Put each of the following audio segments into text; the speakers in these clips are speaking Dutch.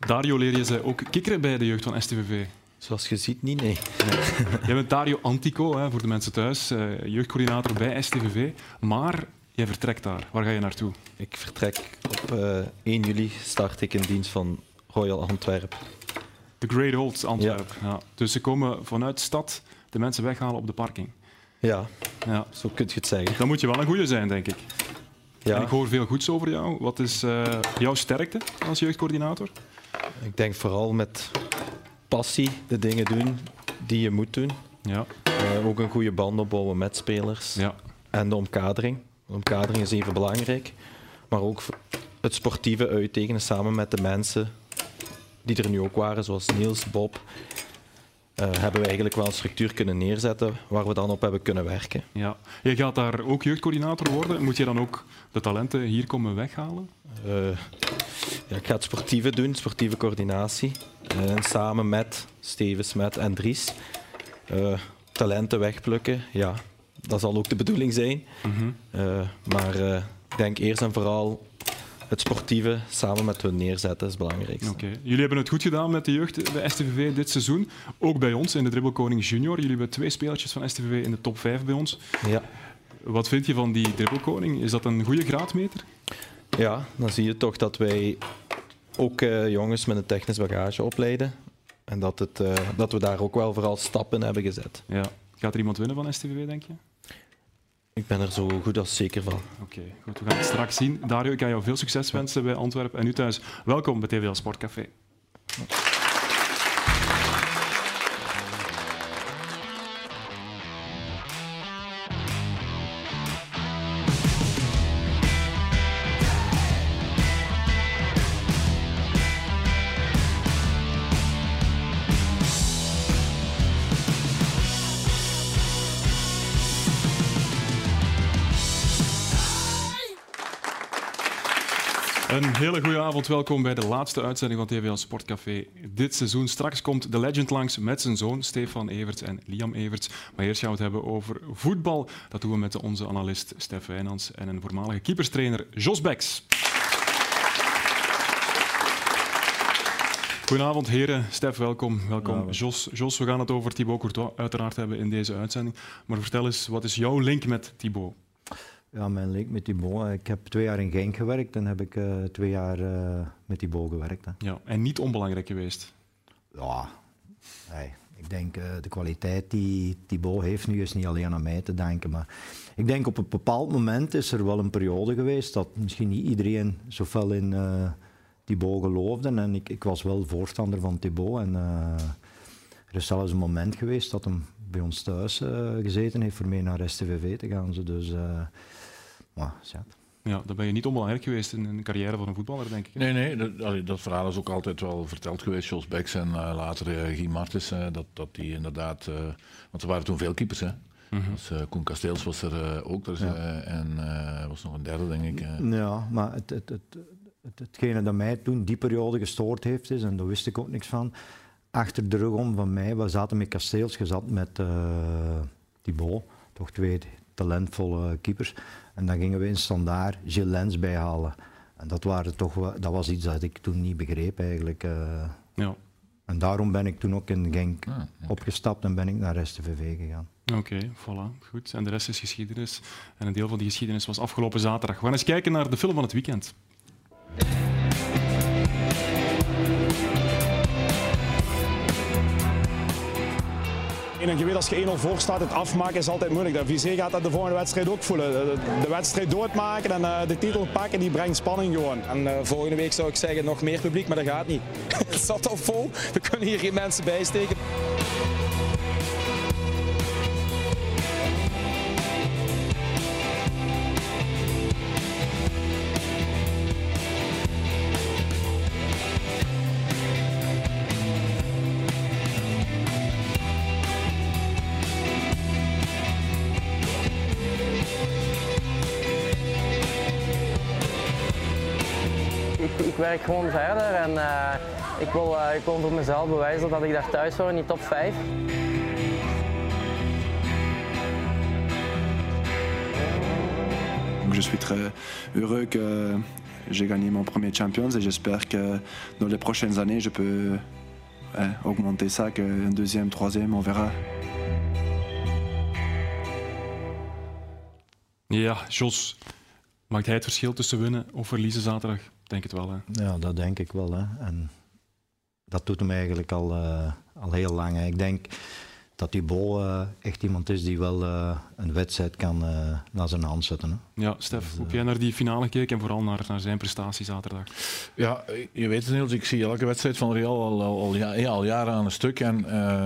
Dario, leer je ze ook kikkeren bij de jeugd van STVV? Zoals je ziet, niet, nee. Jij bent Dario Antico, hè, voor de mensen thuis, jeugdcoördinator bij STVV. Maar jij vertrekt daar. Waar ga je naartoe? Ik vertrek op 1 juli, start ik in dienst van Royal Antwerp. De Great Old Antwerp. Ja. Dus ze komen vanuit de stad de mensen weghalen op de parking. Ja, Ja. zo kun je het zeggen. Dan moet je wel een goeie zijn, denk ik. Ja. En ik hoor veel goeds over jou. Wat is jouw sterkte als jeugdcoördinator? Ik denk vooral met passie de dingen doen die je moet doen. Ja. Ook een goede band opbouwen met spelers. Ja. En de omkadering. De omkadering is even belangrijk. Maar ook het sportieve uittekenen samen met de mensen die er nu ook waren, zoals Niels, Bob. Hebben we eigenlijk wel een structuur kunnen neerzetten waar we dan op hebben kunnen werken. Ja. Je gaat daar ook jeugdcoördinator worden. Moet je dan ook de talenten hier komen weghalen? Ja, ik ga het sportieve doen, sportieve coördinatie. En samen met Steven Smet en Dries talenten wegplukken. Ja, dat zal ook de bedoeling zijn. Maar ik denk eerst en vooral het sportieve samen met hun neerzetten is het belangrijkste. Okay. Jullie hebben het goed gedaan met de jeugd bij STVV dit seizoen. Ook bij ons in de Dribbelkoning Junior. Jullie hebben 2 spelertjes van STVV in de top 5 bij ons. Ja. Wat vind je van die Dribbelkoning? Is dat een goede graadmeter? Ja, dan zie je toch dat wij ook jongens met een technisch bagage opleiden. En dat we daar ook wel vooral stappen in hebben gezet. Ja. Gaat er iemand winnen van STVV, denk je? Ik ben er zo goed als zeker van. Oké, goed. We gaan het straks zien. Dario, ik kan jou veel succes wensen bij Antwerpen en u thuis. Welkom bij TVL Sportcafé. Een hele goede avond, welkom bij de laatste uitzending van TVL Sportcafé dit seizoen. Straks komt de legend langs met zijn zoon Stefan Everts en Liam Everts. Maar eerst gaan we het hebben over voetbal. Dat doen we met onze analist Stef Wijnands en een voormalige keeperstrainer Jos Beks. Goedenavond heren, Stef, welkom. Jos, we gaan het over Thibaut Courtois uiteraard hebben in deze uitzending. Maar vertel eens, wat is jouw link met Thibaut? Ja, mijn link met Thibaut. Ik heb 2 jaar in Genk gewerkt en heb ik 2 jaar met Thibaut gewerkt. Hè. Ja, en niet onbelangrijk geweest? Ja, nee. Ik denk de kwaliteit die Thibaut heeft nu is niet alleen aan mij te denken. Maar ik denk op een bepaald moment is er wel een periode geweest dat misschien niet iedereen zo fel in Thibaut geloofde. En ik was wel voorstander van Thibaut. En er is zelfs een moment geweest dat hem bij ons thuis gezeten heeft voor mee naar STVV te gaan. Dus, maar, ja, dan ben je niet onbelangrijk geweest in de carrière van een voetballer, denk ik. Hè? Nee, dat verhaal is ook altijd wel verteld geweest. Jos Beks en later Guy Martens, dat die inderdaad... want er waren toen veel keepers, hè. Dus, Koen Kasteels was er ook, en was nog een derde, denk ik. Ja, maar hetgene dat mij toen die periode gestoord heeft, is, en daar wist ik ook niks van, achter de rug om van mij, we zaten met Kasteels, je zat met Thibaut, toch 2 talentvolle keepers. En dan gingen we in standaard Gilles Lens bijhalen. En dat was iets dat ik toen niet begreep eigenlijk. Ja. En daarom ben ik toen ook in Genk opgestapt en ben ik naar STVV gegaan. Oké, voilà, goed. En de rest is geschiedenis. En een deel van die geschiedenis was afgelopen zaterdag. We gaan eens kijken naar de film van het weekend. En je weet, als je 1-0 voor staat, het afmaken is altijd moeilijk. De Vizé gaat dat de volgende wedstrijd ook voelen. De wedstrijd doodmaken en de titel pakken, die brengt spanning gewoon. En volgende week zou ik zeggen nog meer publiek, maar dat gaat niet. Het zat al vol, we kunnen hier geen mensen bijsteken. Ik werk gewoon verder en ik wil voor mezelf bewijzen dat ik daar thuis hoor in die top 5. Je suis très heureux j'ai gagné mon premier Champions et j'espère que dans les prochaines années je peux augmenter ça, qu'un deuxième, troisième, on verra. Ja, Jos, maakt hij het verschil tussen winnen of verliezen zaterdag? Denk het wel, hè? Ja, dat denk ik wel. Hè. En dat doet hem eigenlijk al heel lang. Hè. Ik denk dat Thibaut echt iemand is die wel een wedstrijd kan naar zijn hand zetten. Hè. Ja, Stef, hoe heb jij naar die finale gekeken en vooral naar zijn prestatie zaterdag? Ja, je weet het, Niels, ik zie elke wedstrijd van Real al jaren aan een stuk. En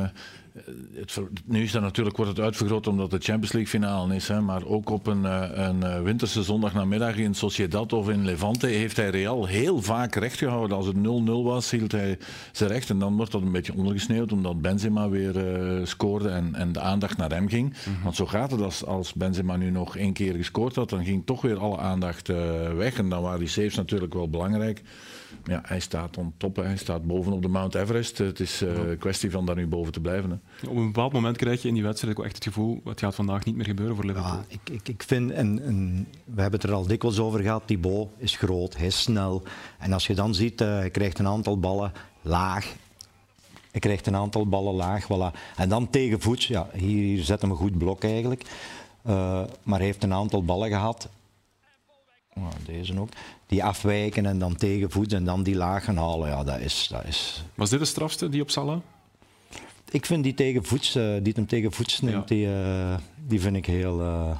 nu is dat natuurlijk, wordt het uitvergroot omdat het Champions League finale is. Hè, maar ook op een winterse zondagnamiddag in Sociedad of in Levante heeft hij Real heel vaak recht gehouden. Als het 0-0 was, hield hij zijn recht. En dan wordt dat een beetje ondergesneeuwd omdat Benzema weer scoorde en de aandacht naar hem ging. Want zo gaat het, als Benzema nu nog 1 keer gescoord had, dan ging toch weer alle aandacht weg. En dan waren die saves natuurlijk wel belangrijk. Ja, hij staat on top, hij staat bovenop de Mount Everest. Het is een kwestie van daar nu boven te blijven. Hè. Op een bepaald moment krijg je in die wedstrijd ook echt het gevoel, het gaat vandaag niet meer gebeuren voor Liverpool. Ja, ik vind, en we hebben het er al dikwijls over gehad, Thibaut is groot, hij is snel. En als je dan ziet, hij krijgt een aantal ballen laag. Hij krijgt een aantal ballen laag, voilà. En dan tegenvoets, ja, hier zet hem een goed blok eigenlijk. Maar hij heeft een aantal ballen gehad. Nou, deze ook. Die afwijken en dan tegenvoets en dan die laag gaan halen. Ja, dat is... Was dit de strafste, die op Salah? Ik vind die tegenvoets, die hem tegenvoets neemt, die vind ik heel...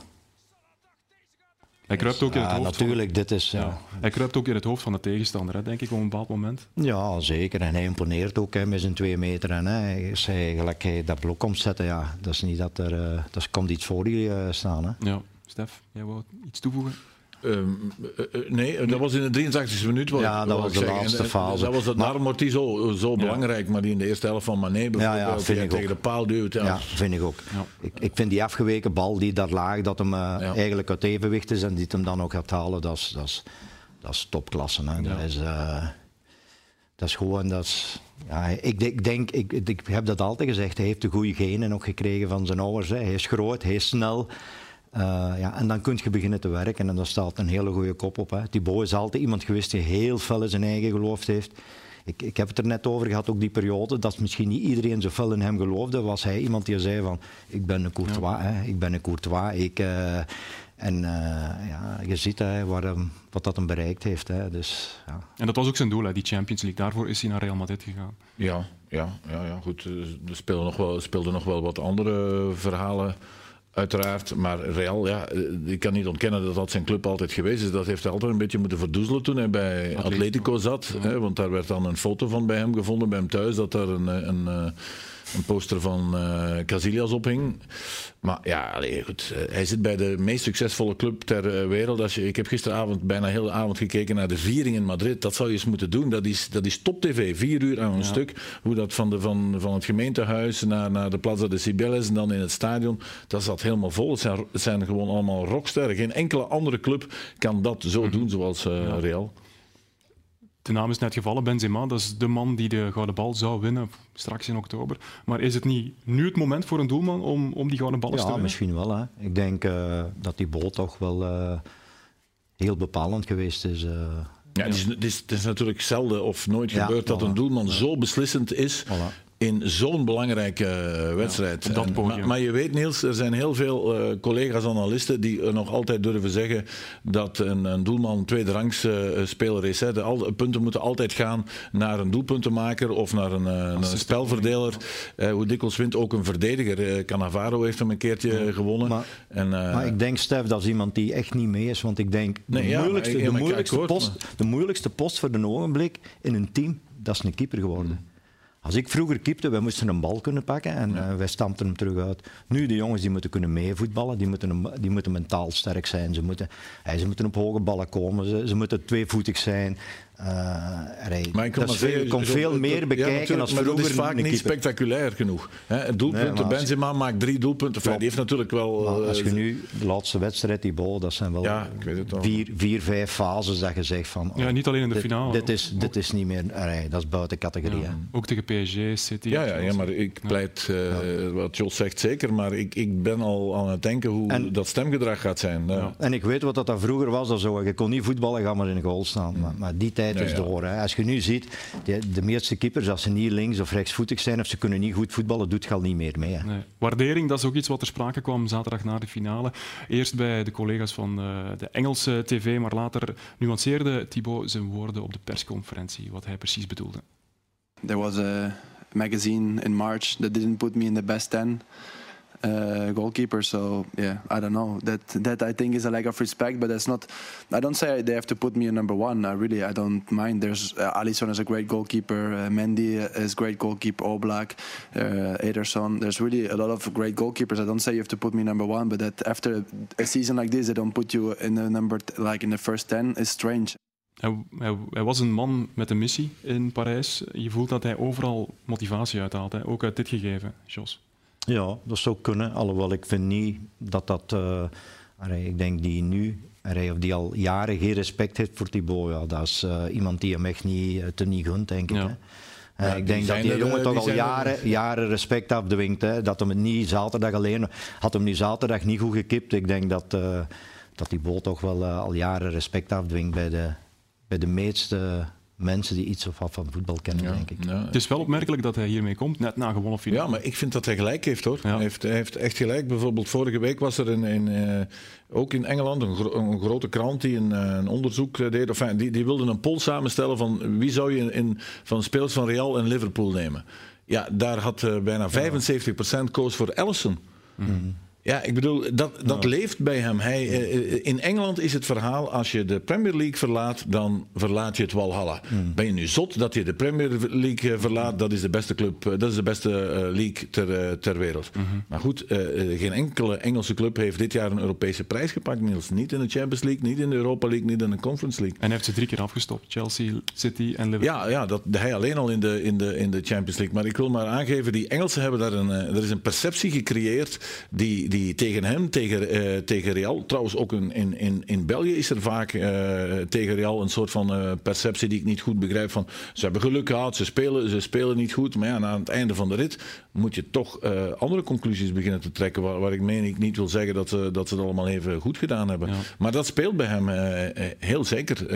Hij kruipt ook in het hoofd. Natuurlijk, dit is... Ja. Hij kruipt ook in het hoofd van de tegenstander, hè, denk ik, op een bepaald moment. Ja, zeker. En hij imponeert ook hè, met zijn 2 meter. En als hij dat blok komt zetten, ja, dat is niet dat er... komt iets voor die staan. Hè. Ja. Stef, jij wou iets toevoegen? Nee, dat was in de 83e minuut. Ja, dat was de laatste fase. Dat was het, daarom wordt die zo belangrijk, maar die in de eerste helft van Mané bijvoorbeeld, die tegen de paal duwt. Ja, vind ik ook. Ja. Ik vind die afgeweken bal die daar laag, dat hem eigenlijk uit evenwicht is en die hem dan ook gaat halen, dat is topklasse. Hè. Ja. Dat is gewoon... Ik heb dat altijd gezegd, hij heeft de goede genen nog gekregen van zijn ouders. Hè. Hij is groot, hij is snel. En dan kun je beginnen te werken en daar staat een hele goede kop op. Hè. Thibaut is altijd iemand geweest die heel fel in zijn eigen geloofd heeft. Ik heb het er net over gehad, ook die periode, dat misschien niet iedereen zo fel in hem geloofde. Was hij iemand die zei van, ik ben een Courtois, hè. Ik ben een Courtois. Je ziet wat dat hem bereikt heeft. Hè. Dus, ja. En dat was ook zijn doel, hè, die Champions League. Daarvoor is hij naar Real Madrid gegaan. Ja, goed. Er speelden nog wel wat andere verhalen. Uiteraard, maar Real, ja, ik kan niet ontkennen dat zijn club altijd geweest is. Dat heeft hij altijd een beetje moeten verdoezelen toen hij bij Atletico zat. Hè, want daar werd dan een foto van bij hem gevonden, bij hem thuis, dat daar een poster van Casillas ophing. Maar ja, goed, hij zit bij de meest succesvolle club ter wereld. Ik heb gisteravond bijna heel de avond gekeken naar de viering in Madrid. Dat zou je eens moeten doen. Dat is top-tv, 4 uur aan een stuk. Hoe dat van het gemeentehuis naar de Plaza de Cibeles en dan in het stadion, dat zat helemaal vol. Het zijn gewoon allemaal rocksterren. Geen enkele andere club kan dat zo doen zoals Real. De naam is net gevallen, Benzema. Dat is de man die de gouden bal zou winnen straks in oktober. Maar is het niet nu het moment voor een doelman om die gouden ballen te winnen? Ja, misschien wel. Hè. Ik denk dat die bal toch wel heel bepalend geweest is. Ja, het is natuurlijk zelden of nooit gebeurd dat een doelman zo beslissend is. In zo'n belangrijke wedstrijd. Maar je weet, Niels, er zijn heel veel collega's-analisten die nog altijd durven zeggen dat een doelman een tweederangs speler is. Hè. De punten moeten altijd gaan naar een doelpuntenmaker of naar een spelverdeler. Hoe dikwijls wint ook een verdediger. Cannavaro heeft hem een keertje gewonnen. Maar ik denk, Stef, dat is iemand die echt niet mee is. Want ik denk, de moeilijkste post voor de ogenblik in een team, dat is een keeper geworden. Als ik vroeger keepte, wij moesten een bal kunnen pakken en wij stampten hem terug uit. Nu, de jongens die moeten kunnen meevoetballen, die moeten mentaal sterk zijn. Ze moeten op hoge ballen komen, ze moeten tweevoetig zijn. Je kon veel meer bekijken als vroeger. Maar dat is vaak niet spectaculair genoeg. Het doelpunt, Benzema maakt 3 doelpunten. Die heeft natuurlijk wel... als je nu de laatste wedstrijd, die bal, dat zijn wel 4-5 fases dat je zegt van... Ja, niet alleen in de finale. Dit is niet meer... dat is buiten categorie. Ja. Ook tegen PSG, City. Ja, maar ik pleit wat Jos zegt zeker, maar ik ben al aan het denken hoe dat stemgedrag gaat zijn. Ja. En ik weet wat dat vroeger was. Dat zo. Je kon niet voetballen, ga maar in de goal staan. Maar die tijd is door. Hè. Als je nu ziet, de meeste keepers, als ze niet links- of rechtsvoetig zijn of ze kunnen niet goed voetballen, doet je al niet meer mee. Nee. Waardering, dat is ook iets wat ter sprake kwam zaterdag na de finale. Eerst bij de collega's van de Engelse tv, maar later nuanceerde Thibaut zijn woorden op de persconferentie, wat hij precies bedoelde. There was a magazine in March that didn't put me in the best 10 goalkeepers. So yeah, I don't know. That I think is a lack of respect, but that's not. I don't say they have to put me in number 1. I don't mind. There's Alisson is a great goalkeeper. Mendy is great goalkeeper. Oblak, Ederson. There's really a lot of great goalkeepers. I don't say you have to put me number 1, but that after a season like this, they don't put you in the number in the first 10 is strange. Hij was een man met een missie in Parijs. Je voelt dat hij overal motivatie uithaalt, hè? Ook uit dit gegeven, Jos. Ja, dat zou kunnen. Alhoewel, ik vind niet dat... ik denk die al jaren geen respect heeft voor Thibaut. Ja, dat is iemand die hem echt niet gunt, denk ik. Ja. Hè. Ik denk dat die jongen toch al jaren respect afdwingt. Hè. Dat hem niet zaterdag alleen... Had hem nu zaterdag niet goed gekipt. Ik denk dat Thibaut toch wel al jaren respect afdwingt bij de meeste mensen die iets of wat van voetbal kennen, denk ik. Ja. Het is wel opmerkelijk dat hij hiermee komt, net na gewonnen finale. Ja, maar ik vind dat hij gelijk heeft, hoor. Ja. Hij heeft echt gelijk. Bijvoorbeeld vorige week was er ook in Engeland een grote krant die een onderzoek deed. Enfin, die wilde een poll samenstellen van wie zou je van spelers van Real en Liverpool nemen. Ja, daar had bijna 75% koos voor Alisson. Mm-hmm. Ja, ik bedoel, dat leeft bij hem. In Engeland is het verhaal, als je de Premier League verlaat, dan verlaat je het Walhalla. Ben je nu zot dat je de Premier League verlaat, dat is de beste club, dat is de beste league ter wereld. Maar goed, geen enkele Engelse club heeft dit jaar een Europese prijs gepakt, Niels. Niet in de Champions League, niet in de Europa League, niet in de Conference League. En hij heeft ze 3 keer afgestopt, Chelsea, City en Liverpool. Ja, hij alleen al in de Champions League. Maar ik wil maar aangeven, die Engelsen hebben daar er is een perceptie gecreëerd die tegen hem, tegen Real, trouwens ook in België is er vaak tegen Real een soort van perceptie die ik niet goed begrijp van ze hebben geluk gehad, ze spelen niet goed, maar ja, na het einde van de rit moet je toch andere conclusies beginnen te trekken, waar ik niet wil zeggen dat ze het allemaal even goed gedaan hebben. Ja. Maar dat speelt bij hem heel zeker,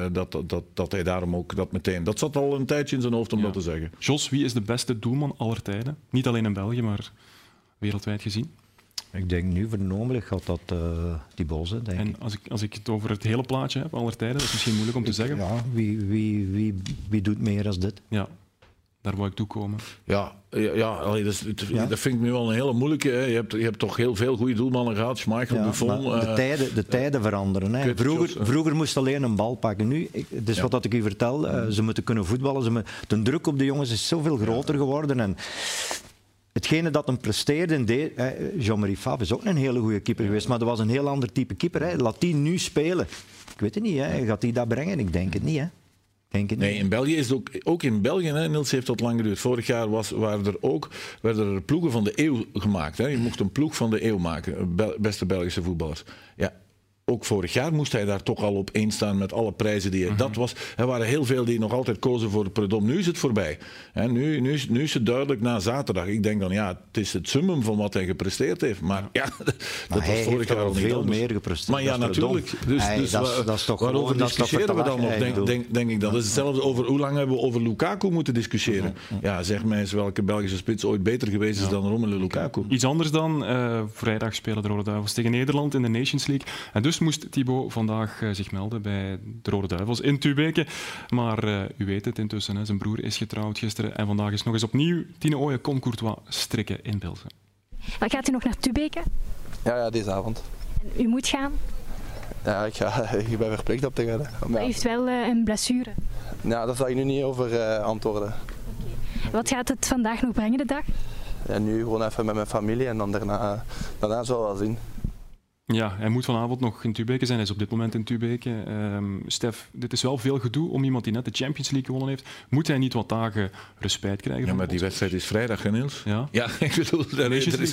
dat hij daarom ook dat meteen... Dat zat al een tijdje in zijn hoofd om dat te zeggen. Jos, wie is de beste doelman aller tijden? Niet alleen in België, maar wereldwijd gezien. Ik denk nu vernomenlijk gaat dat Thibaut zijn, denk ik. En als ik het over het hele plaatje heb, aller tijden, dat is misschien moeilijk om te zeggen. Ja, wie doet meer dan dit? Ja, daar wou ik toe komen. Dat vind ik nu wel een hele moeilijke. Hè. Je hebt toch heel veel goede doelmannen gehad, Schmeichel, Buffon. De tijden veranderen. Hè. Vroeger moest alleen een bal pakken. Nu, het is wat ik u vertel, ze moeten kunnen voetballen. De druk op de jongens is zoveel groter geworden. En hetgene dat hem presteerde en deed... Jean-Marie Favre is ook een hele goede keeper geweest, maar dat was een heel ander type keeper. Hè. Laat die nu spelen. Ik weet het niet. Hè. Gaat hij dat brengen? Ik denk het niet. Hè. In België is het ook in België, hè, Niels, heeft dat lang geduurd. Vorig jaar werden er ploegen van de eeuw gemaakt. Hè. Je mocht een ploeg van de eeuw maken, beste Belgische voetballers. Ja. Ook vorig jaar moest hij daar toch al op één staan met alle prijzen die hij... Er waren heel veel die nog altijd kozen voor Predom. Nu is het voorbij. Nu is het duidelijk na zaterdag. Ik denk dan, het is het summum van wat hij gepresteerd heeft. Maar dat was vorig jaar al niet veel meer gepresteerd. Maar ja, natuurlijk. Dus dat is toch waarover discussiëren we dan nog? Denk ik dat. Dat is hetzelfde over hoe lang hebben we over Lukaku moeten discussiëren. Ja, zeg mij eens welke Belgische spits ooit beter geweest is dan Romelu Lukaku. Iets anders dan. Vrijdag spelen de Rode Duivels tegen Nederland in de Nations League. En dus moest Thibaut vandaag zich melden bij de Rode Duivels in Tubeke. Maar u weet het intussen, hè, zijn broer is getrouwd gisteren en vandaag is nog eens opnieuw Tine Ooyen kon Courtois strikken in Bilze. Maar gaat u nog naar Tubeke? Ja, deze avond. En u moet gaan? Ja, ik ben verplicht op te gaan. Maar u heeft wel een blessure? Ja, daar zal ik nu niet over antwoorden. Okay. Wat gaat het vandaag nog brengen, de dag? Ja, nu gewoon even met mijn familie en dan daarna zullen we wel zien. Ja, hij moet vanavond nog in Tubeke zijn. Hij is op dit moment in Tubeke. Stef, dit is wel veel gedoe om iemand die net de Champions League gewonnen heeft. Moet hij niet wat dagen respijt krijgen? Ja, maar die wedstrijd is vrijdag, hè, Niels? Ja, ik bedoel, er is...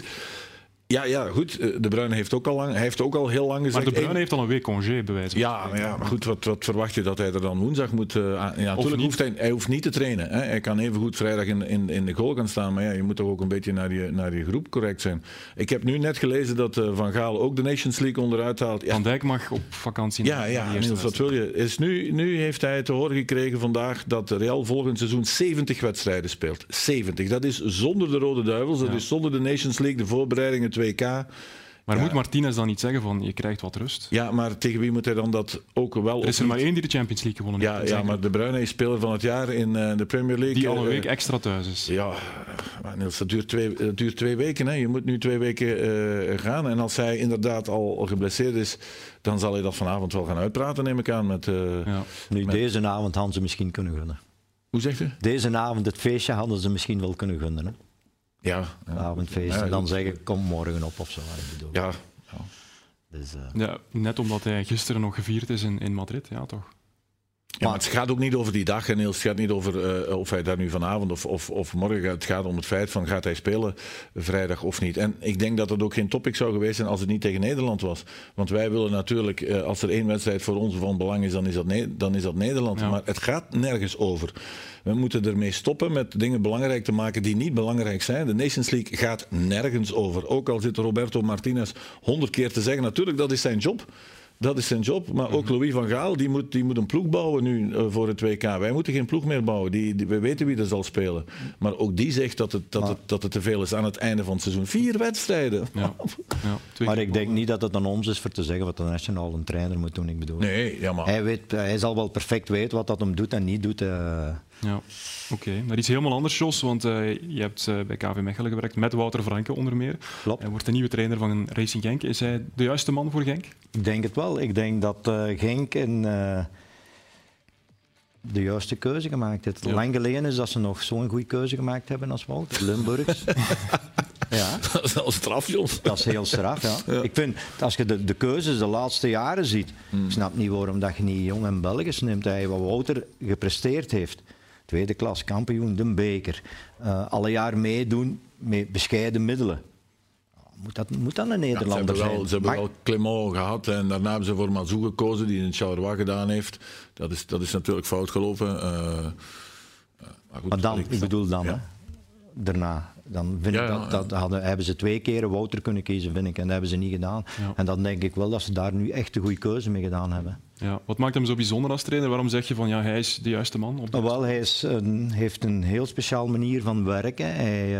Ja, goed. De Bruyne heeft ook al heel lang gezegd... Maar De Bruyne heeft al een week congé, bij wijze van. Ja, maar goed, wat verwacht je dat hij er dan woensdag moet... natuurlijk hij hoeft niet te trainen. Hè. Hij kan even goed vrijdag in de goal gaan staan, maar ja, je moet toch ook een beetje naar je groep correct zijn. Ik heb nu net gelezen dat Van Gaal ook de Nations League onderuit haalt. Ja. Van Dijk mag op vakantie. Niels, wat wil je? Nu heeft hij te horen gekregen vandaag dat Real volgend seizoen 70 wedstrijden speelt. 70. Dat is zonder de Rode Duivels, dat is zonder de Nations League, de voorbereidingen, 2K. Maar moet Martinez dan niet zeggen van je krijgt wat rust? Ja, maar tegen wie moet hij dan dat ook wel... Er is er maar één die de Champions League gewonnen heeft. Ja, maar De Bruyne is speler van het jaar in de Premier League. Die al een week extra thuis is. Ja, maar Niels, dat duurt 2 weken. Hè. Je moet nu 2 weken gaan. En als hij inderdaad al geblesseerd is, dan zal hij dat vanavond wel gaan uitpraten, neem ik aan. Deze avond hadden ze misschien kunnen gunnen. Hoe zegt u? Deze avond, het feestje, hadden ze misschien wel kunnen gunnen. Hè? Ja. Avondfeest. En dan zeggen, kom morgen op of zo. Ja. Dus, net omdat hij gisteren nog gevierd is in Madrid, ja toch? Ja, maar het gaat ook niet over die dag, en Niels. Het gaat niet over of hij daar nu vanavond of morgen gaat. Het gaat om het feit van, gaat hij spelen vrijdag of niet. En ik denk dat het ook geen topic zou geweest zijn als het niet tegen Nederland was. Want wij willen natuurlijk, als er 1 wedstrijd voor ons van belang is, dan is dat Nederland. Ja. Maar het gaat nergens over. We moeten ermee stoppen met dingen belangrijk te maken die niet belangrijk zijn. De Nations League gaat nergens over. Ook al zit Roberto Martinez 100 keer te zeggen, natuurlijk, dat is zijn job. Dat is zijn job, maar ook Louis van Gaal die moet een ploeg bouwen nu voor het WK. Wij moeten geen ploeg meer bouwen, we weten wie er zal spelen. Maar ook die zegt dat het te veel is aan het einde van het seizoen. 4 wedstrijden. Ja. Maar ik denk niet dat het aan ons is voor te zeggen wat de nationale trainer moet doen. Ik bedoel, maar... hij zal wel perfect weten wat dat hem doet en niet doet. Ja, oké. Maar iets helemaal anders, Jos, want je hebt bij KV Mechelen gewerkt met Wouter Franke onder meer. Klopt. Hij wordt de nieuwe trainer van Racing Genk. Is hij de juiste man voor Genk? Ik denk het wel. Ik denk dat Genk de juiste keuze gemaakt heeft. Lang geleden is dat ze nog zo'n goede keuze gemaakt hebben als Wouter. Limburgs. Ja. Dat is wel straf, Jos. Dat is heel straf, ja. Ik vind, als je de keuzes de laatste jaren ziet, ik snap niet waarom dat je niet Jong en Belgisch neemt. Wat Wouter gepresteerd heeft. Tweede klas, kampioen, de beker. Alle jaar meedoen met bescheiden middelen. Moet dat een Nederlander zijn? Ze hebben wel Clément gehad en daarna hebben ze voor Mazou gekozen, die in het Charleroi gedaan heeft. Dat is natuurlijk fout gelopen. Maar goed, dan, ik bedoel dan, hè? Daarna. Dan vind ik hebben ze 2 keren Wouter kunnen kiezen, vind ik. En dat hebben ze niet gedaan. Ja. En dan denk ik wel dat ze daar nu echt de goede keuze mee gedaan hebben. Ja. Wat maakt hem zo bijzonder als trainer? Waarom zeg je van hij is de juiste man? Hij heeft een heel speciaal manier van werken.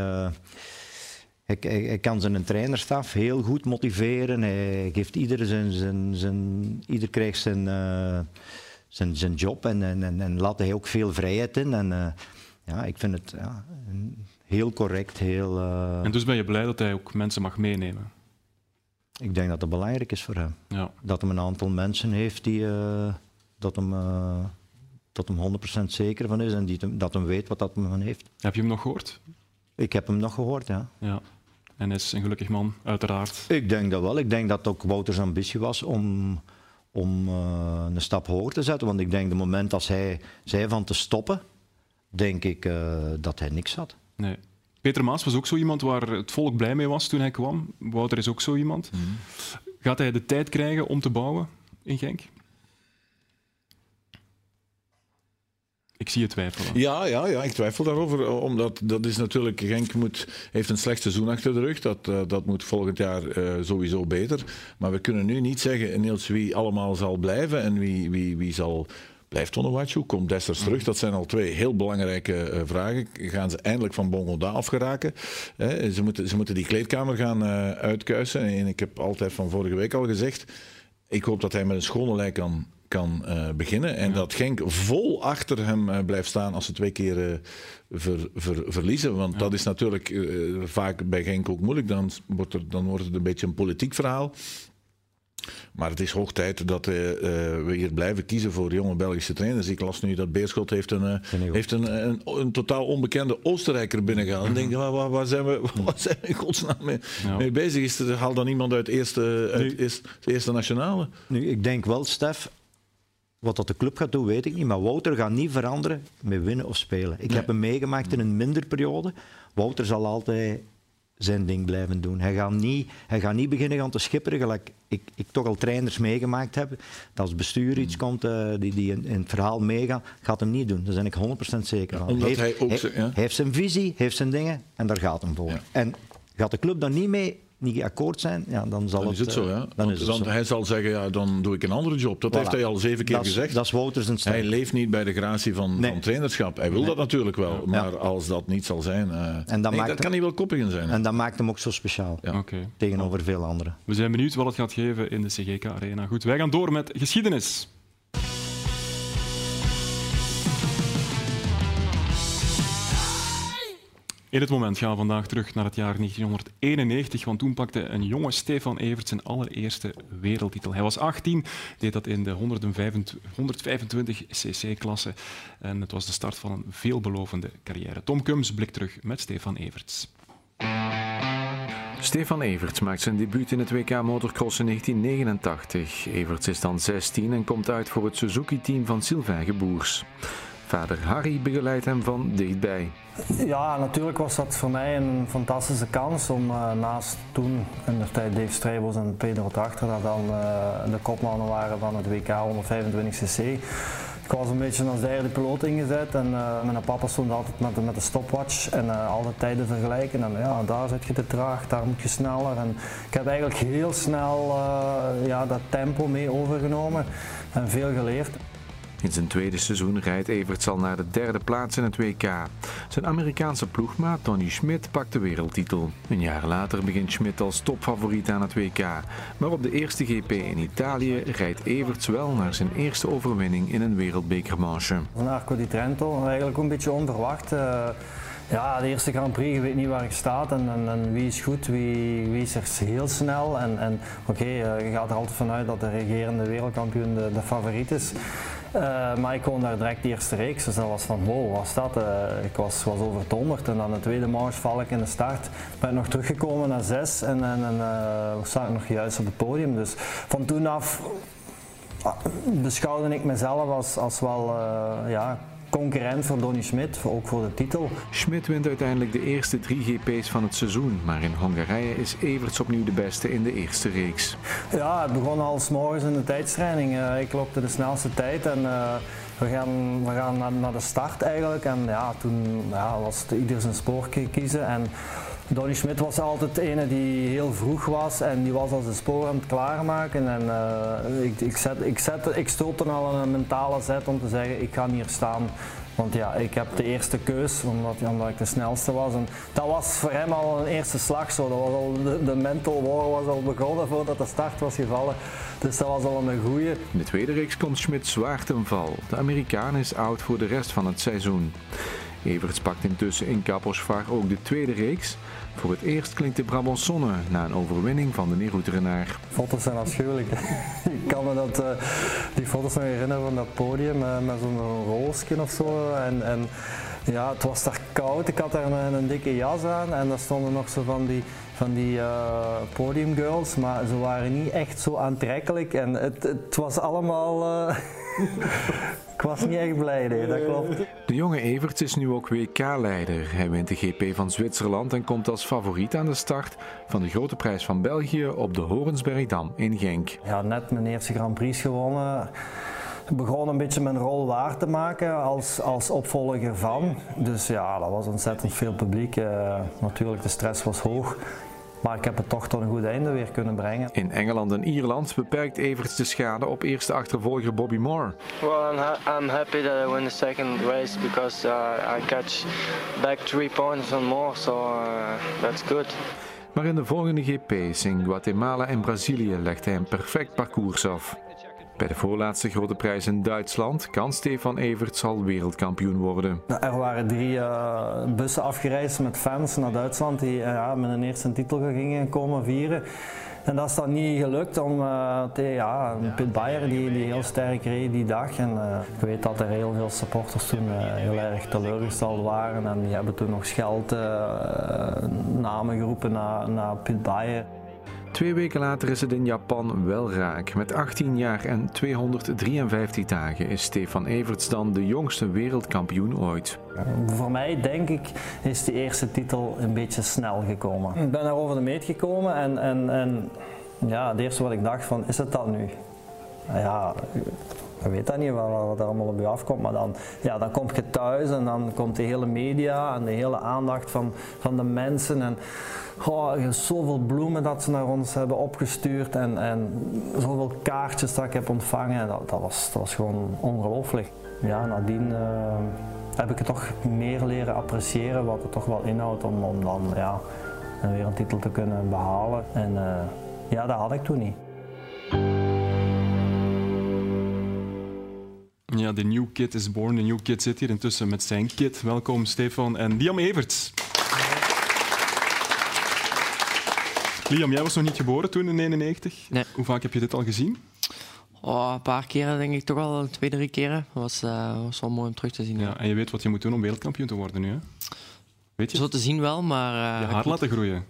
Hij kan zijn trainerstaf heel goed motiveren. Hij geeft ieder krijgt zijn job en laat hij ook veel vrijheid in. En ik vind het heel correct. En dus ben je blij dat hij ook mensen mag meenemen? Ik denk dat dat belangrijk is voor hem. Ja. Dat hij een aantal mensen heeft die dat hem 100% zeker van is en dat hem weet wat dat hem heeft. Heb je hem nog gehoord? Ik heb hem nog gehoord, ja. En hij is een gelukkig man, uiteraard. Ik denk dat wel. Ik denk dat ook Wouters ambitie was om een stap hoger te zetten. Want ik denk, het moment als hij zei van te stoppen, denk ik dat hij niks had. Nee. Peter Maas was ook zo iemand waar het volk blij mee was toen hij kwam. Wouter is ook zo iemand. Gaat hij de tijd krijgen om te bouwen in Genk? Ik zie je twijfelen. Ja, ik twijfel daarover. Omdat dat is natuurlijk, Genk heeft een slecht seizoen achter de rug. Dat moet volgend jaar sowieso beter. Maar we kunnen nu niet zeggen, Niels, wie allemaal zal blijven en wie zal... Blijft Onuachu? Komt Dessers terug? Dat zijn al 2 heel belangrijke vragen. Gaan ze eindelijk van Bongoda afgeraken? Ze moeten die kleedkamer gaan uitkuisen. En ik heb altijd van vorige week al gezegd, ik hoop dat hij met een schone lei kan beginnen. En dat Genk vol achter hem blijft staan als ze 2 keer verliezen. Want dat is natuurlijk vaak bij Genk ook moeilijk. Dan wordt het een beetje een politiek verhaal. Maar het is hoog tijd dat we hier blijven kiezen voor jonge Belgische trainers. Ik las nu dat Beerschot heeft een totaal onbekende Oostenrijker binnengehaald. En denk, waar zijn we in godsnaam mee bezig? Haal dan iemand uit de eerste nationale? Nu, ik denk wel, Stef, wat dat de club gaat doen, weet ik niet. Maar Wouter gaat niet veranderen met winnen of spelen. Ik heb hem meegemaakt in een minder periode. Wouter zal altijd zijn ding blijven doen. Hij gaat niet beginnen gaan te schipperen, gelijk ik toch al trainers meegemaakt heb. Dat als bestuur iets komt die in het verhaal meegaan, gaat hem niet doen. Daar ben ik 100% zeker van. Hij heeft zijn visie, heeft zijn dingen en daar gaat hem voor. Ja. En gaat de club dan niet akkoord zijn, ja, dan zal is het zo. Ja. Dan hij zal zeggen, ja, dan doe ik een andere job. Dat heeft hij al 7 keer gezegd. Dat is Wouters een stijl. Hij leeft niet bij de gratie van trainerschap. Hij wil dat natuurlijk wel, maar als dat niet zal zijn, dat kan hij wel koppig in zijn. En dat maakt hem ook zo speciaal tegenover veel anderen. We zijn benieuwd wat het gaat geven in de CGK Arena. Goed, wij gaan door met geschiedenis. In het moment gaan we vandaag terug naar het jaar 1991, want toen pakte een jonge Stefan Everts zijn allereerste wereldtitel. Hij was 18, deed dat in de 125cc-klasse en het was de start van een veelbelovende carrière. Tom Kums blikt terug met Stefan Everts. Stefan Everts maakt zijn debuut in het WK Motocross in 1989. Everts is dan 16 en komt uit voor het Suzuki-team van Sylvain Geboers. Vader Harry begeleidt hem van dichtbij. Ja, natuurlijk was dat voor mij een fantastische kans om naast toen in de tijd Dave Strijbos en Pedro Trachter, dat dan de kopmannen waren van het WK 125cc. Ik was een beetje als derde piloot ingezet en mijn papa stond altijd met de stopwatch en alle tijden vergelijken. En ja, daar zit je te traag, daar moet je sneller. En ik heb eigenlijk heel snel dat tempo mee overgenomen en veel geleerd. In zijn tweede seizoen rijdt Everts al naar de derde plaats in het WK. Zijn Amerikaanse ploegmaat Donny Schmidt pakt de wereldtitel. Een jaar later begint Schmidt als topfavoriet aan het WK. Maar op de eerste GP in Italië rijdt Everts wel naar zijn eerste overwinning in een wereldbekermanche. Van Arco di Trento, eigenlijk een beetje onverwacht. Ja, de eerste Grand Prix, je weet niet waar je staat en wie is goed, wie is er heel snel. Oké, je gaat er altijd vanuit dat de regerende wereldkampioen de favoriet is. Maar ik kon daar direct de eerste reeks, dus dat was van wow, wat was dat? Ik was overdonderd en dan de tweede manche val ik in de start. Ben nog teruggekomen naar 6 en sta ik nog juist op het podium. Dus van toen af beschouwde ik mezelf als wel concurrent voor Donny Schmidt, ook voor de titel. Schmidt wint uiteindelijk de eerste 3 GP's van het seizoen, maar in Hongarije is Everts opnieuw de beste in de eerste reeks. Ja, het begon al 's morgens in de tijdstraining. Ik lokte de snelste tijd en we gaan naar de start eigenlijk. En ja, toen was het ieder zijn spoor kiezen. En Donny Schmidt was altijd de ene die heel vroeg was en die was al zijn spoor aan het klaarmaken. En ik stootte al een mentale zet om te zeggen, ik ga hier staan. Want ja, ik heb de eerste keus, omdat ik de snelste was. En dat was voor hem al een eerste slag. Zo. Dat was al, de mental war was al begonnen voordat de start was gevallen. Dus dat was al een goeie. In de tweede reeks komt Schmidt zwaar ten val. De Amerikaan is oud voor de rest van het seizoen. Everts pakt intussen in Kaposvar ook de tweede reeks. Voor het eerst klinkt de Brabançonne na een overwinning van de Neerhoeterenaar. Foto's zijn afschuwelijk. Ik kan me die foto's nog herinneren van dat podium met zo'n roosje of zo. En ja, het was daar koud. Ik had daar een dikke jas aan en daar stonden nog zo van die podiumgirls, maar ze waren niet echt zo aantrekkelijk en het was allemaal... Ik was niet echt blij, nee, dat klopt. De jonge Everts is nu ook WK-leider. Hij wint de GP van Zwitserland en komt als favoriet aan de start van de Grote Prijs van België op de Horensbergdam in Genk. Ja, net mijn eerste Grand Prix gewonnen. Ik begon een beetje mijn rol waar te maken als opvolger van. Dus ja, dat was ontzettend veel publiek. Natuurlijk, de stress was hoog. Maar ik heb het toch tot een goed einde weer kunnen brengen. In Engeland en Ierland beperkt Everts de schade op eerste achtervolger Bobby Moore. Well, I'm happy that I win the second race because I catch back 3 points on Moore, so that's good. Maar in de volgende GP's in Guatemala en Brazilië legt hij een perfect parcours af. Bij de voorlaatste grote prijs in Duitsland kan Stefan Everts al wereldkampioen worden. Er waren 3 bussen afgereisd met fans naar Duitsland die met een eerste titel gingen komen vieren. En dat is dan niet gelukt om tegen Pit Beijer die heel sterk reed die dag. En ik weet dat er heel veel supporters toen heel erg teleurgesteld waren. En die hebben toen nog namen geroepen naar Pit Beijer. 2 weken later is het in Japan wel raak. Met 18 jaar en 253 dagen is Stefan Everts dan de jongste wereldkampioen ooit. Voor mij, denk ik, is de eerste titel een beetje snel gekomen. Ik ben daar over de meet gekomen en het eerste wat ik dacht van, is het dat nu? Ja, ik weet dat niet wat er allemaal op je afkomt, maar dan kom je thuis en dan komt de hele media en de hele aandacht van de mensen. En zoveel bloemen dat ze naar ons hebben opgestuurd en zoveel kaartjes dat ik heb ontvangen. Dat was gewoon ongelooflijk. Ja, nadien heb ik het toch meer leren appreciëren wat het toch wel inhoudt om dan een wereldtitel te kunnen behalen. En dat had ik toen niet. Ja, de new kid is born, de new kid zit hier intussen met zijn kid. Welkom Stefan en Liam Everts. Liam, jij was nog niet geboren toen in 1991. Nee. Hoe vaak heb je dit al gezien? Een paar keren, denk ik toch al, 2-3 keren. Dat was wel mooi om terug te zien. Ja, en je weet wat je moet doen om wereldkampioen te worden nu, hè? Weet je? Zo te zien wel, maar... je haar laten groeien.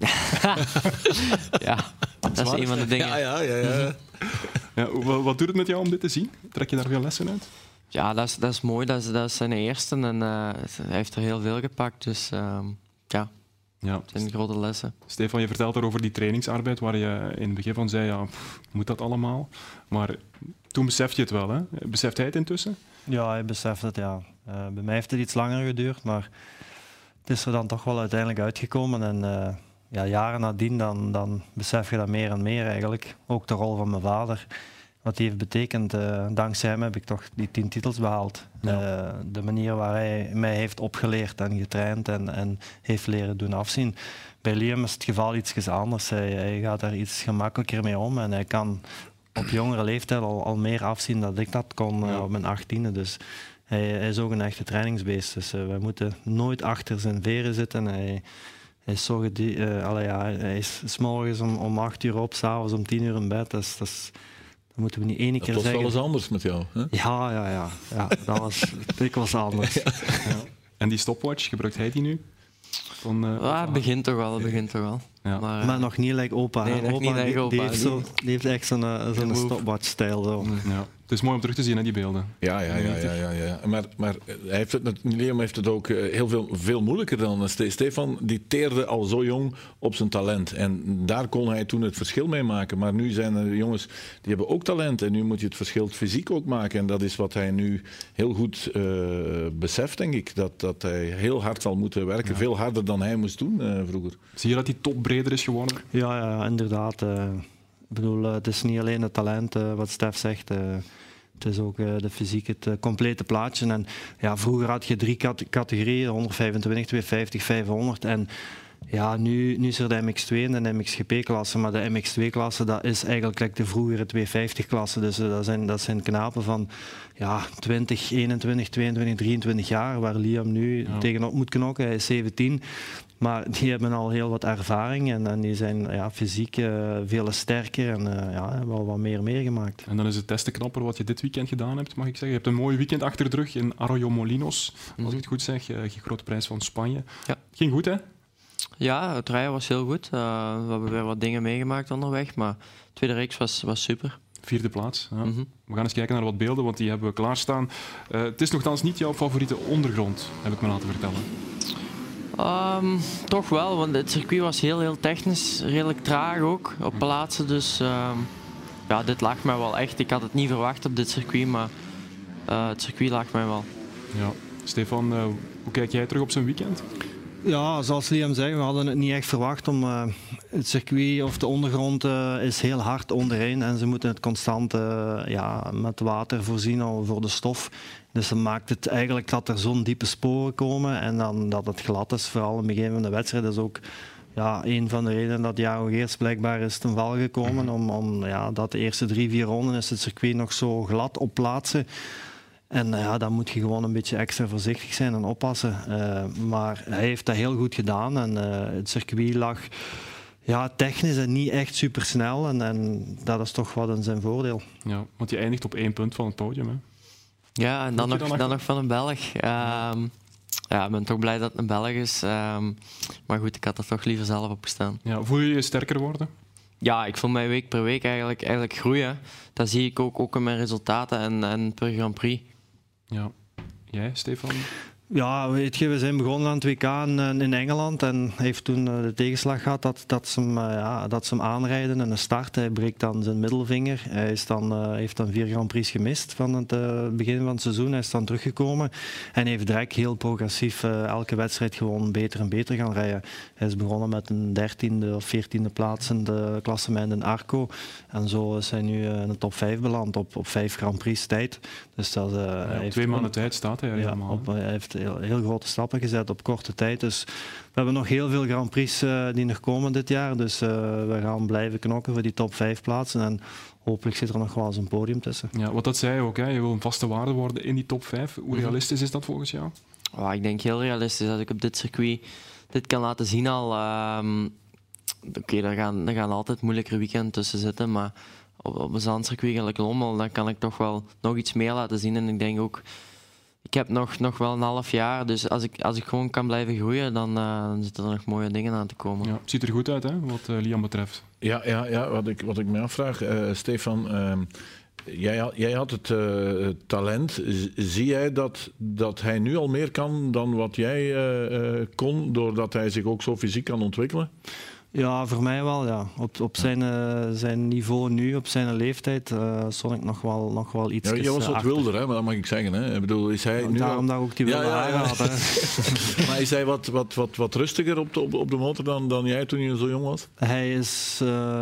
Ja, dat is een van de dingen. Ja, wat doet het met jou om dit te zien? Trek je daar veel lessen uit? Ja, dat is mooi. Dat is zijn eerste en hij heeft er heel veel gepakt. Dus ja, het zijn grote lessen. Stefan, je vertelt over die trainingsarbeid waar je in het begin van zei, moet dat allemaal? Maar toen besefte je het wel, hè? Beseft hij het intussen? Ja, hij beseft het, ja. Bij mij heeft het iets langer geduurd, maar het is er dan toch wel uiteindelijk uitgekomen. En jaren nadien dan besef je dat meer en meer eigenlijk. Ook de rol van mijn vader. Wat die heeft betekend, dankzij hem heb ik toch die 10 titels behaald. Ja. De manier waar hij mij heeft opgeleerd en getraind en heeft leren doen afzien. Bij Liam is het geval iets anders. Hij gaat daar iets gemakkelijker mee om en hij kan op jongere leeftijd al meer afzien dan ik dat kon op mijn 18e. Dus hij is ook een echte trainingsbeest. Dus wij moeten nooit achter zijn veren zitten. Hij is zo hij is 's morgens om 8 uur op, 's avonds om 10 uur in bed. Dat moeten we niet één keer zeggen. Dat was wel eens anders met jou, hè? Ja, dat was dikwijls anders. Ja. En die stopwatch, gebruikt hij die nu? Het begint toch wel. Ja. Maar nog niet like opa. Nee, nog niet like opa. Die heeft echt zo'n stopwatch-stijl. Ja. Het is mooi om terug te zien, hè, die beelden. Ja. Maar Liam heeft het ook veel moeilijker dan Stefan. Die teerde al zo jong op zijn talent. En daar kon hij toen het verschil mee maken. Maar nu zijn er jongens die hebben ook talent. En nu moet je het verschil fysiek ook maken. En dat is wat hij nu heel goed beseft, denk ik. Dat hij heel hard zal moeten werken. Ja. Veel harder dan hij moest doen vroeger. Zie je dat die top breder is geworden? Ja, inderdaad. Ik bedoel, het is niet alleen het talent, wat Stef zegt. Het is ook de fysiek, het complete plaatje. En vroeger had je 3 categorieën, 125, 250, 500. En nu is er de MX2 en de MXGP-klasse. Maar de MX2-klasse, dat is eigenlijk de vroegere 250-klasse. Dus dat zijn knapen van 20, 21, 22, 23 jaar, waar Liam nu tegenop moet knokken. Hij is 17. Maar die hebben al heel wat ervaring en die zijn fysiek veel sterker en hebben al wat meer meegemaakt. En dan is het des te knapper wat je dit weekend gedaan hebt, mag ik zeggen. Je hebt een mooi weekend achter de rug in Arroyo-Molinos, als ik het goed zeg. Grote prijs van Spanje. Ja. Ging goed, hè? Ja, het rijden was heel goed. We hebben weer wat dingen meegemaakt onderweg, maar de tweede reeks was super. 4e plaats. Ja. We gaan eens kijken naar wat beelden, want die hebben we klaarstaan. Het is nogthans niet jouw favoriete ondergrond, heb ik me laten vertellen. Toch wel, want het circuit was heel technisch, redelijk traag ook op plaatsen. Dus dit lag mij wel echt. Ik had het niet verwacht op dit circuit, maar het circuit lag mij wel. Ja. Stefan, hoe kijk jij terug op zijn weekend? Ja, zoals Liam zei, we hadden het niet echt verwacht. Het circuit of de ondergrond is heel hard onderheen en ze moeten het constant met water voorzien voor de stof. Dus dat maakt het eigenlijk dat er zo'n diepe sporen komen en dan dat het glad is, vooral in het begin van de wedstrijd. Dat is ook een van de redenen dat Jago Geerts blijkbaar is ten val gekomen. Dat de eerste 3-4 ronden is het circuit nog zo glad op plaatsen. En dan moet je gewoon een beetje extra voorzichtig zijn en oppassen. Maar hij heeft dat heel goed gedaan en het circuit lag Ja, technisch en niet echt supersnel. En dat is toch wat in zijn voordeel. Ja, want je eindigt op 1 punt van het podium. Hè? Ja, en dan nog van een Belg. Ik ben toch blij dat het een Belg is. Maar goed, ik had er toch liever zelf op gestaan. Ja, voel je je sterker worden? Ja, ik voel mij week per week eigenlijk groeien. Dat zie ik ook in mijn resultaten en per Grand Prix. Ja. Jij, Stefan? Ja, weet je, we zijn begonnen aan het WK in Engeland en hij heeft toen de tegenslag gehad dat ze hem aanrijden in een start. Hij breekt dan zijn middelvinger. Hij heeft dan 4 Grand Prix gemist van het begin van het seizoen. Hij is dan teruggekomen en heeft direct heel progressief elke wedstrijd gewoon beter en beter gaan rijden. Hij is begonnen met een 13e of 14e plaats in de klassement in Arco. En zo is hij nu in de top 5 beland op 5 Grand Prix tijd. Dus dat, op 2 maanden tijd staat hij helemaal. Hij heeft heel grote stappen gezet op korte tijd. Dus we hebben nog heel veel Grand Prix die nog komen dit jaar. Dus we gaan blijven knokken voor die top 5 plaatsen. En hopelijk zit er nog wel eens een podium tussen. Ja, wat dat zei ook, hè? Je wil een vaste waarde worden in die top 5. Hoe realistisch is dat volgens jou? Ik denk heel realistisch. Als ik op dit circuit dit kan laten zien al... Oké, daar gaan altijd moeilijkere weekenden tussen zitten. Maar op een zandcircuit gelijk Lommel, dan kan ik toch wel nog iets meer laten zien. En ik denk ook... Ik heb nog wel een half jaar, dus als ik gewoon kan blijven groeien, dan zitten er nog mooie dingen aan te komen. Ja, het ziet er goed uit, hè, wat Liam betreft. Ja, wat ik me afvraag, Stefan, jij had het talent. Zie jij dat hij nu al meer kan dan wat jij kon, doordat hij zich ook zo fysiek kan ontwikkelen? Ja, voor mij wel. Ja. Op zijn niveau nu, op zijn leeftijd, stond ik nog wel iets. Ja, jij was wat wilder, hè? Maar dat mag ik zeggen. Hè? Ik bedoel, is hij nu daarom dat ook die wilde haren had. Hè. Maar is hij wat rustiger op de motor dan jij toen je zo jong was? Hij is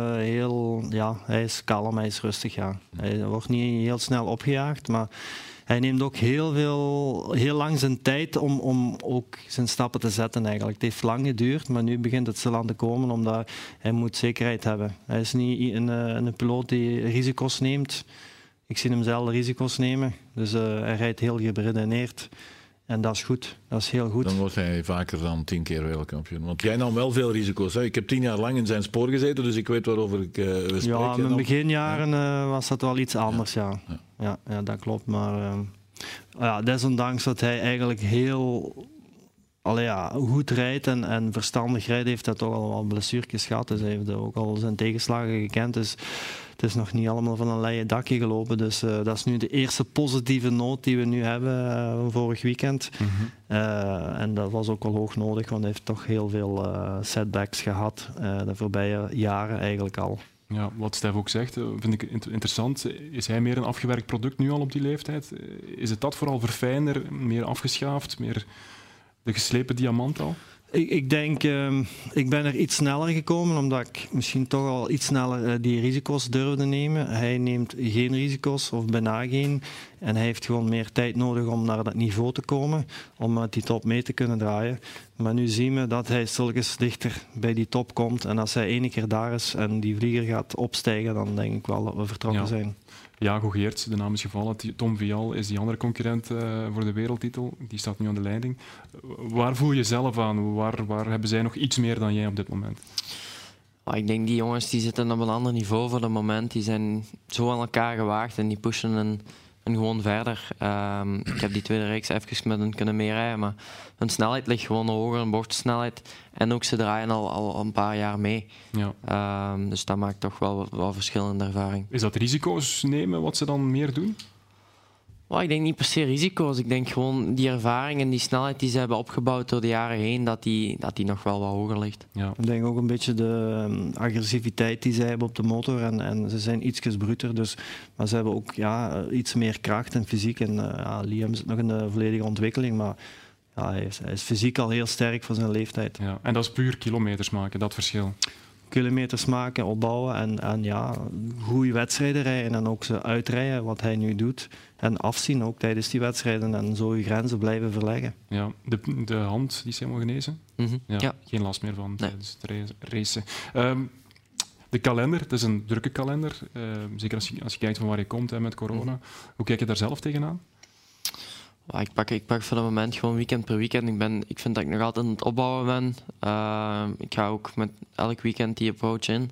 hij is kalm, hij is rustig. Ja. Hij wordt niet heel snel opgejaagd, maar hij neemt ook heel lang zijn tijd om ook zijn stappen te zetten eigenlijk. Het heeft lang geduurd, maar nu begint het stilaan te komen omdat hij moet zekerheid hebben. Hij is niet een piloot die risico's neemt. Ik zie hem zelden risico's nemen, dus hij rijdt heel geberedeneerd. En dat is goed, dat is heel goed. Dan wordt hij vaker dan 10 keer wereldkampioen. Want jij nam wel veel risico's. Hè? Ik heb 10 jaar lang in zijn spoor gezeten, dus ik weet waarover ik spreek. Ja, in mijn beginjaren was dat wel iets anders, ja. Ja, dat klopt. Maar desondanks dat hij eigenlijk heel goed rijdt en verstandig rijdt, heeft hij toch al wel blessuurtjes gehad. Dus hij heeft ook al zijn tegenslagen gekend. Dus het is nog niet allemaal van een leien dakje gelopen. Dus dat is nu de eerste positieve noot die we nu hebben vorig weekend. En dat was ook wel hoog nodig, want hij heeft toch heel veel setbacks gehad de voorbije jaren eigenlijk al. Ja, wat Stef ook zegt, vind ik interessant. Is hij meer een afgewerkt product nu al op die leeftijd? Is het dat vooral verfijnder, meer afgeschaafd, meer de geslepen diamant al? Ik denk, ik ben er iets sneller gekomen, omdat ik misschien toch al iets sneller die risico's durfde nemen. Hij neemt geen risico's, of bijna geen. En hij heeft gewoon meer tijd nodig om naar dat niveau te komen, om met die top mee te kunnen draaien. Maar nu zien we dat hij stilletjes dichter bij die top komt. En als hij 1 keer daar is en die vlieger gaat opstijgen, dan denk ik wel dat we vertrokken zijn. Jago Geerts, de naam is gevallen. Tom Vial is die andere concurrent voor de wereldtitel. Die staat nu aan de leiding. Waar voel je zelf aan? Waar hebben zij nog iets meer dan jij op dit moment? Ik denk die jongens die zitten op een ander niveau voor het moment. Die zijn zo aan elkaar gewaagd en die pushen en gewoon verder. Ik heb die tweede reeks even met hen kunnen meerijden, maar hun snelheid ligt gewoon hoger, hun bochtensnelheid. En ook ze draaien al een paar jaar mee. Ja. Dus dat maakt toch wel verschil in de ervaring. Is dat risico's nemen wat ze dan meer doen? Ik denk niet per se risico's. Ik denk gewoon die ervaring en die snelheid die ze hebben opgebouwd door de jaren heen, dat die nog wel wat hoger ligt. Ja. Ik denk ook een beetje de agressiviteit die zij hebben op de motor. En ze zijn ietsjes bruter, dus, maar ze hebben ook iets meer kracht en fysiek. En Liam zit nog in de volledige ontwikkeling, maar hij is fysiek al heel sterk voor zijn leeftijd. Ja, en dat is puur kilometers maken, dat verschil. Kilometers maken, opbouwen en goede wedstrijden rijden en ook ze uitrijden, wat hij nu doet. En afzien ook tijdens die wedstrijden en zo je grenzen blijven verleggen. Ja, de hand die is helemaal genezen. Ja. Geen last meer van tijdens het racen. De kalender, het is een drukke kalender. Zeker als je kijkt van waar je komt met corona. Hoe kijk je daar zelf tegenaan? Ik pak voor het moment gewoon weekend per weekend. Ik vind dat ik nog altijd aan het opbouwen ben. Ik ga ook met elk weekend die approach in.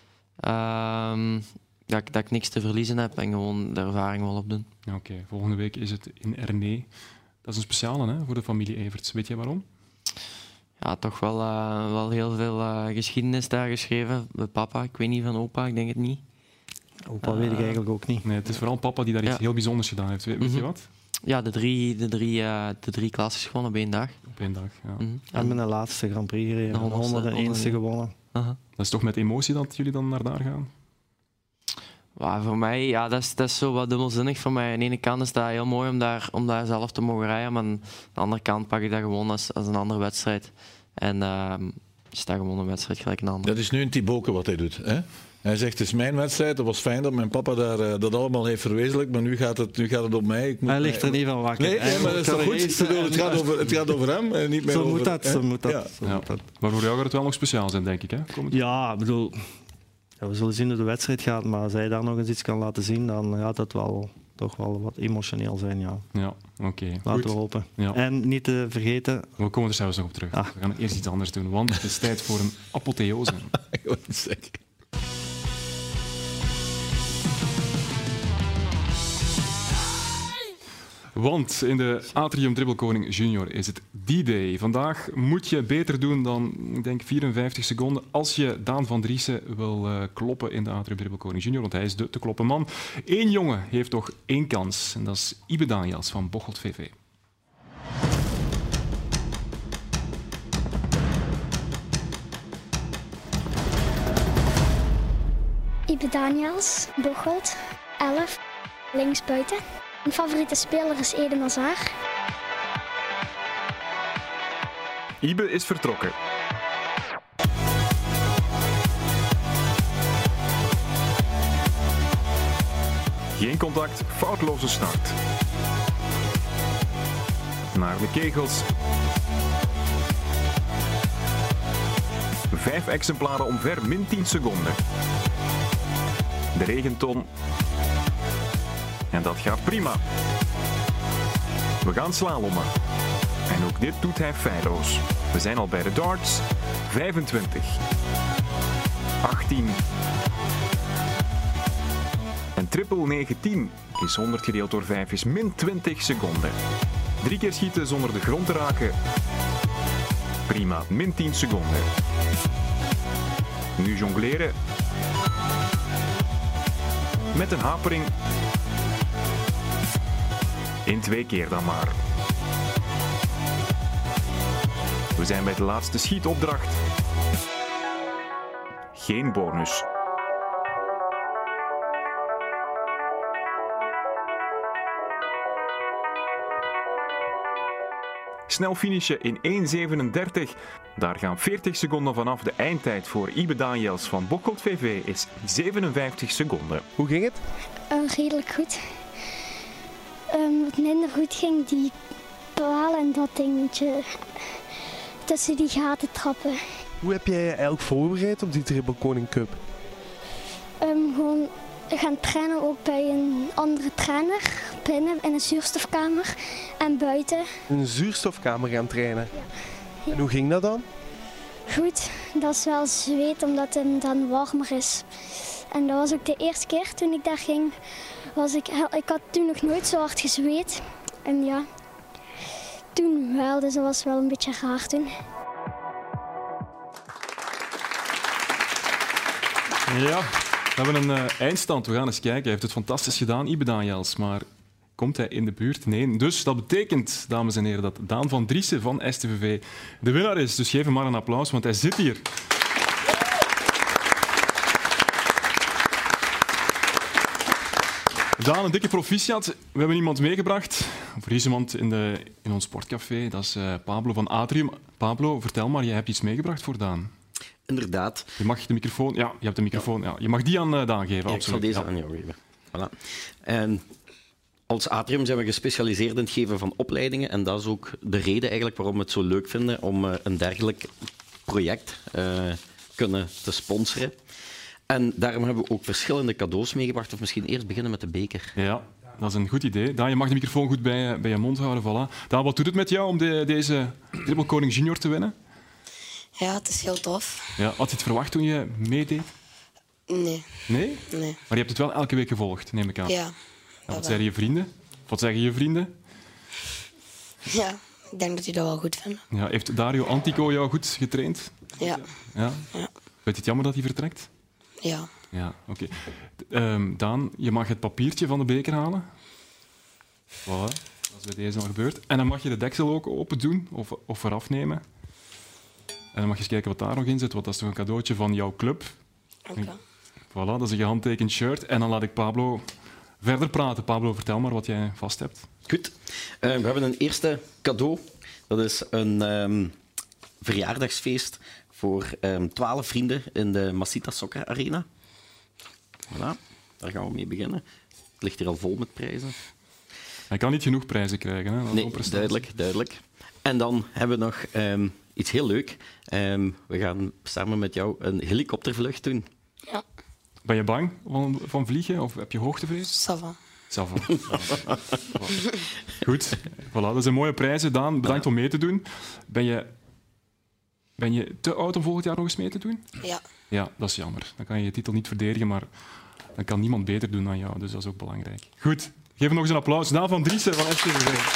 Dat ik niks te verliezen heb en gewoon de ervaring wil opdoen. Oké, volgende week is het in Ernee. Dat is een speciale, hè, voor de familie Everts. Weet je waarom? Ja, toch wel heel veel geschiedenis daar geschreven. Bij papa, ik weet niet van opa, ik denk het niet. Opa weet ik eigenlijk ook niet. Nee, het is vooral papa die daar iets heel bijzonders gedaan heeft. Weet je wat? Ja, de drie klasses gewonnen op 1 dag. Op 1 dag, ja. En met een laatste Grand Prix gereden, 101ste gewonnen. Dat is toch met emotie dat jullie dan naar daar gaan? Voor mij, ja, dat is zo wat dubbelzinnig voor mij. Aan de ene kant is dat heel mooi om daar zelf te mogen rijden, maar aan de andere kant pak ik dat gewoon als een andere wedstrijd. En is dat gewoon een wedstrijd gelijk een andere. Dat is nu een Thibaut wat hij doet, hè? Hij zegt, het is mijn wedstrijd, het was fijn dat mijn papa daar, dat allemaal heeft verwezenlijkt, maar nu gaat het op mij. Hij ligt er niet van wakker. Nee, maar dat is toch goed? Het gaat over hem en niet meer zo over... Moet dat, zo moet dat. Ja. Zo moet dat. Maar voor jou gaat het wel nog speciaal zijn, denk ik, hè? Ja, ik bedoel... Ja, we zullen zien hoe de wedstrijd gaat, maar als hij daar nog eens iets kan laten zien, dan gaat het toch wel wat emotioneel zijn, ja. Ja, oké. Laten we hopen. Ja. En niet te vergeten... We komen er zelfs nog op terug. We gaan eerst iets anders doen, want het is tijd voor een apotheose. Want in de Atrium Dribbelkoning Junior is het D-Day. Vandaag moet je beter doen dan, ik denk, 54 seconden als je Daan van Driessen wil kloppen in de Atrium Dribbelkoning Junior, want hij is de te kloppen man. 1 jongen heeft toch 1 kans en dat is Ibe Daniels van Bocholt VV. Ibe Daniels, Bocholt, 11, linksbuiten. Mijn favoriete speler is Eden Hazard. Ibe is vertrokken. Geen contact, foutloze start. Naar de kegels. 5 exemplaren omver, min 10 seconden. De regenton. En dat gaat prima. We gaan slalommen. En ook dit doet hij feilloos. We zijn al bij de darts. 25. 18. En triple 19 is 100 gedeeld door 5 is min 20 seconden. 3 keer schieten zonder de grond te raken. Prima, min 10 seconden. Nu jongleren. Met een hapering. In 2 keer dan maar. We zijn bij de laatste schietopdracht. Geen bonus. Snel finishen in 1:37. Daar gaan 40 seconden vanaf. De eindtijd voor Ibe Daniels van Bocholt VV is 57 seconden. Hoe ging het? Redelijk goed. Wat minder goed ging, die paal en dat dingetje tussen die gaten trappen. Hoe heb jij je eigenlijk voorbereid op die Dribbelkoning Cup? Gewoon gaan trainen ook bij een andere trainer, binnen in een zuurstofkamer en buiten. In een zuurstofkamer gaan trainen? Ja. En hoe ging dat dan? Goed, dat is wel zweet omdat het dan warmer is. En dat was ook de eerste keer toen ik daar ging. Ik had toen nog nooit zo hard gezweet. En ja, toen wel, dus dat was wel een beetje raar toen. Ja, we hebben een eindstand. We gaan eens kijken. Hij heeft het fantastisch gedaan, Ibe Daniels. Maar komt hij in de buurt? Nee. Dus dat betekent, dames en heren, dat Daan van Driessen van STVV de winnaar is. Dus geef hem maar een applaus, want hij zit hier. Daan, een dikke proficiat. We hebben iemand meegebracht. Voor iemand in ons sportcafé. Dat is Pablo van Atrium. Pablo, vertel maar, jij hebt iets meegebracht voor Daan. Inderdaad. Je mag de microfoon... Ja, je hebt de microfoon. Ja. Je mag die aan Daan geven, ja, absoluut. Ik zal deze aan jou geven. Voilà. En als Atrium zijn we gespecialiseerd in het geven van opleidingen. En dat is ook de reden eigenlijk waarom we het zo leuk vinden om een dergelijk project kunnen te sponsoren. En daarom hebben we ook verschillende cadeaus meegebracht. Of misschien eerst beginnen met de beker. Ja, Dat is een goed idee. Daan, je mag de microfoon goed bij je mond houden. Voilà. Daan, wat doet het met jou om deze Dribbelkoning Junior te winnen? Ja, het is heel tof. Ja, had je het verwacht toen je meedeed? Nee. Nee? Nee. Maar je hebt het wel elke week gevolgd, neem ik aan. Ja. Wat zeiden je vrienden? Wat zeggen je vrienden? Ja, ik denk dat die dat wel goed vinden. Ja, heeft Dario Antico jou goed getraind? Ja. Ja? Vind je het jammer dat hij vertrekt? Ja. Ja, oké. Daan, je mag het papiertje van de beker halen. Voilà, dat is bij deze al gebeurd. En dan mag je de deksel ook open doen of eraf nemen. En dan mag je eens kijken wat daar nog in zit, want dat is toch een cadeautje van jouw club. Oké. Voilà, dat is een gehandtekend shirt. En dan laat ik Pablo verder praten. Pablo, vertel maar wat jij vast hebt. Goed. We hebben een eerste cadeau. Dat is een verjaardagsfeest voor 12 vrienden in de Masita Soccer Arena. Voilà, daar gaan we mee beginnen. Het ligt hier al vol met prijzen. Hij kan niet genoeg prijzen krijgen. Hè? Nee, duidelijk. En dan hebben we nog iets heel leuk. We gaan samen met jou een helikoptervlucht doen. Ja. Ben je bang van vliegen of heb je hoogtevrees? Ça va. Ça va. Goed, voilà, dat zijn mooie prijzen. Daan, bedankt om mee te doen. Ben je te oud om volgend jaar nog eens mee te doen? Ja. Ja, dat is jammer. Dan kan je je titel niet verdedigen, maar dan kan niemand beter doen dan jou. Dus dat is ook belangrijk. Goed, geef hem nog eens een applaus. Daan van Driessen van FCVV.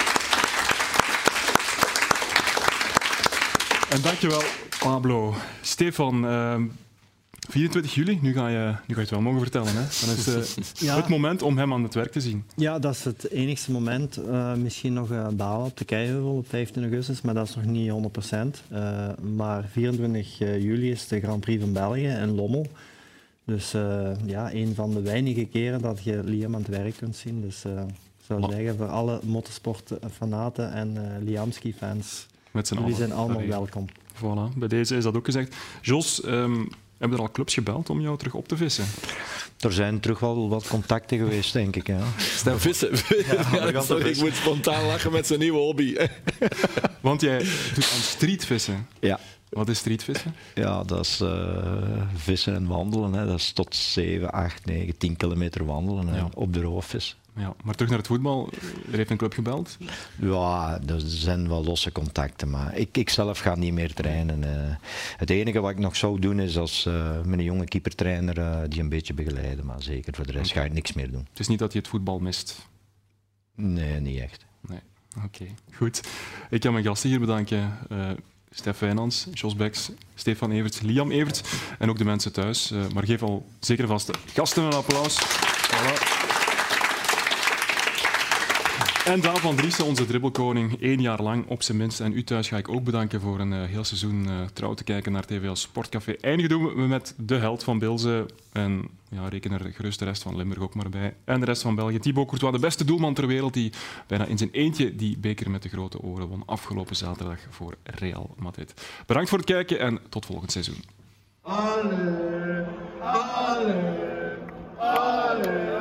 En dankjewel, Pablo. Stefan, 24 juli, nu ga je het wel mogen vertellen. Hè? Dan is het moment om hem aan het werk te zien. Ja, dat is het enigste moment. Misschien nog dalen op de Keiheuvel op 15 augustus, maar dat is nog niet 100%. Maar 24 juli is de Grand Prix van België in Lommel. Dus een van de weinige keren dat je Liam aan het werk kunt zien. Dus ik zou zeggen, voor alle motorsportfanaten en Liamski-fans, jullie zijn allemaal welkom. Voilà, bij deze is dat ook gezegd. Jos, hebben er al clubs gebeld om jou terug op te vissen? Er zijn terug wel wat contacten geweest, denk ik. Ja. Vissen. Ik moet spontaan lachen met zijn nieuwe hobby. Want jij doet aan streetvissen. Ja. Wat is streetvissen? Ja, dat is vissen en wandelen. Hè. Dat is tot 7, 8, 9, 10 kilometer wandelen op de roofvis. Ja, maar terug naar het voetbal. Er heeft een club gebeld? Ja, er zijn wel losse contacten, maar ik zelf ga niet meer trainen. Het enige wat ik nog zou doen is als mijn jonge keepertrainer die een beetje begeleiden, maar zeker voor de rest ga ik niks meer doen. Het is niet dat je het voetbal mist? Nee, niet echt. Nee, oké. Goed. Ik kan mijn gasten hier bedanken. Stef Wijnands, Jos Beks, Stefan Everts, Liam Everts en ook de mensen thuis. Maar geef al zeker vast de gasten een applaus. Voilà. En Daan van Driessen, onze dribbelkoning, 1 jaar lang op zijn minst. En u thuis ga ik ook bedanken voor een heel seizoen trouw te kijken naar TVL Sportcafé. Eindigen doen we met de held van Bilze. En ja, reken er gerust de rest van Limburg ook maar bij. En de rest van België. Thibaut Courtois, de beste doelman ter wereld, die bijna in zijn eentje die beker met de grote oren won afgelopen zaterdag voor Real Madrid. Bedankt voor het kijken en tot volgend seizoen. Alle, alle, alle.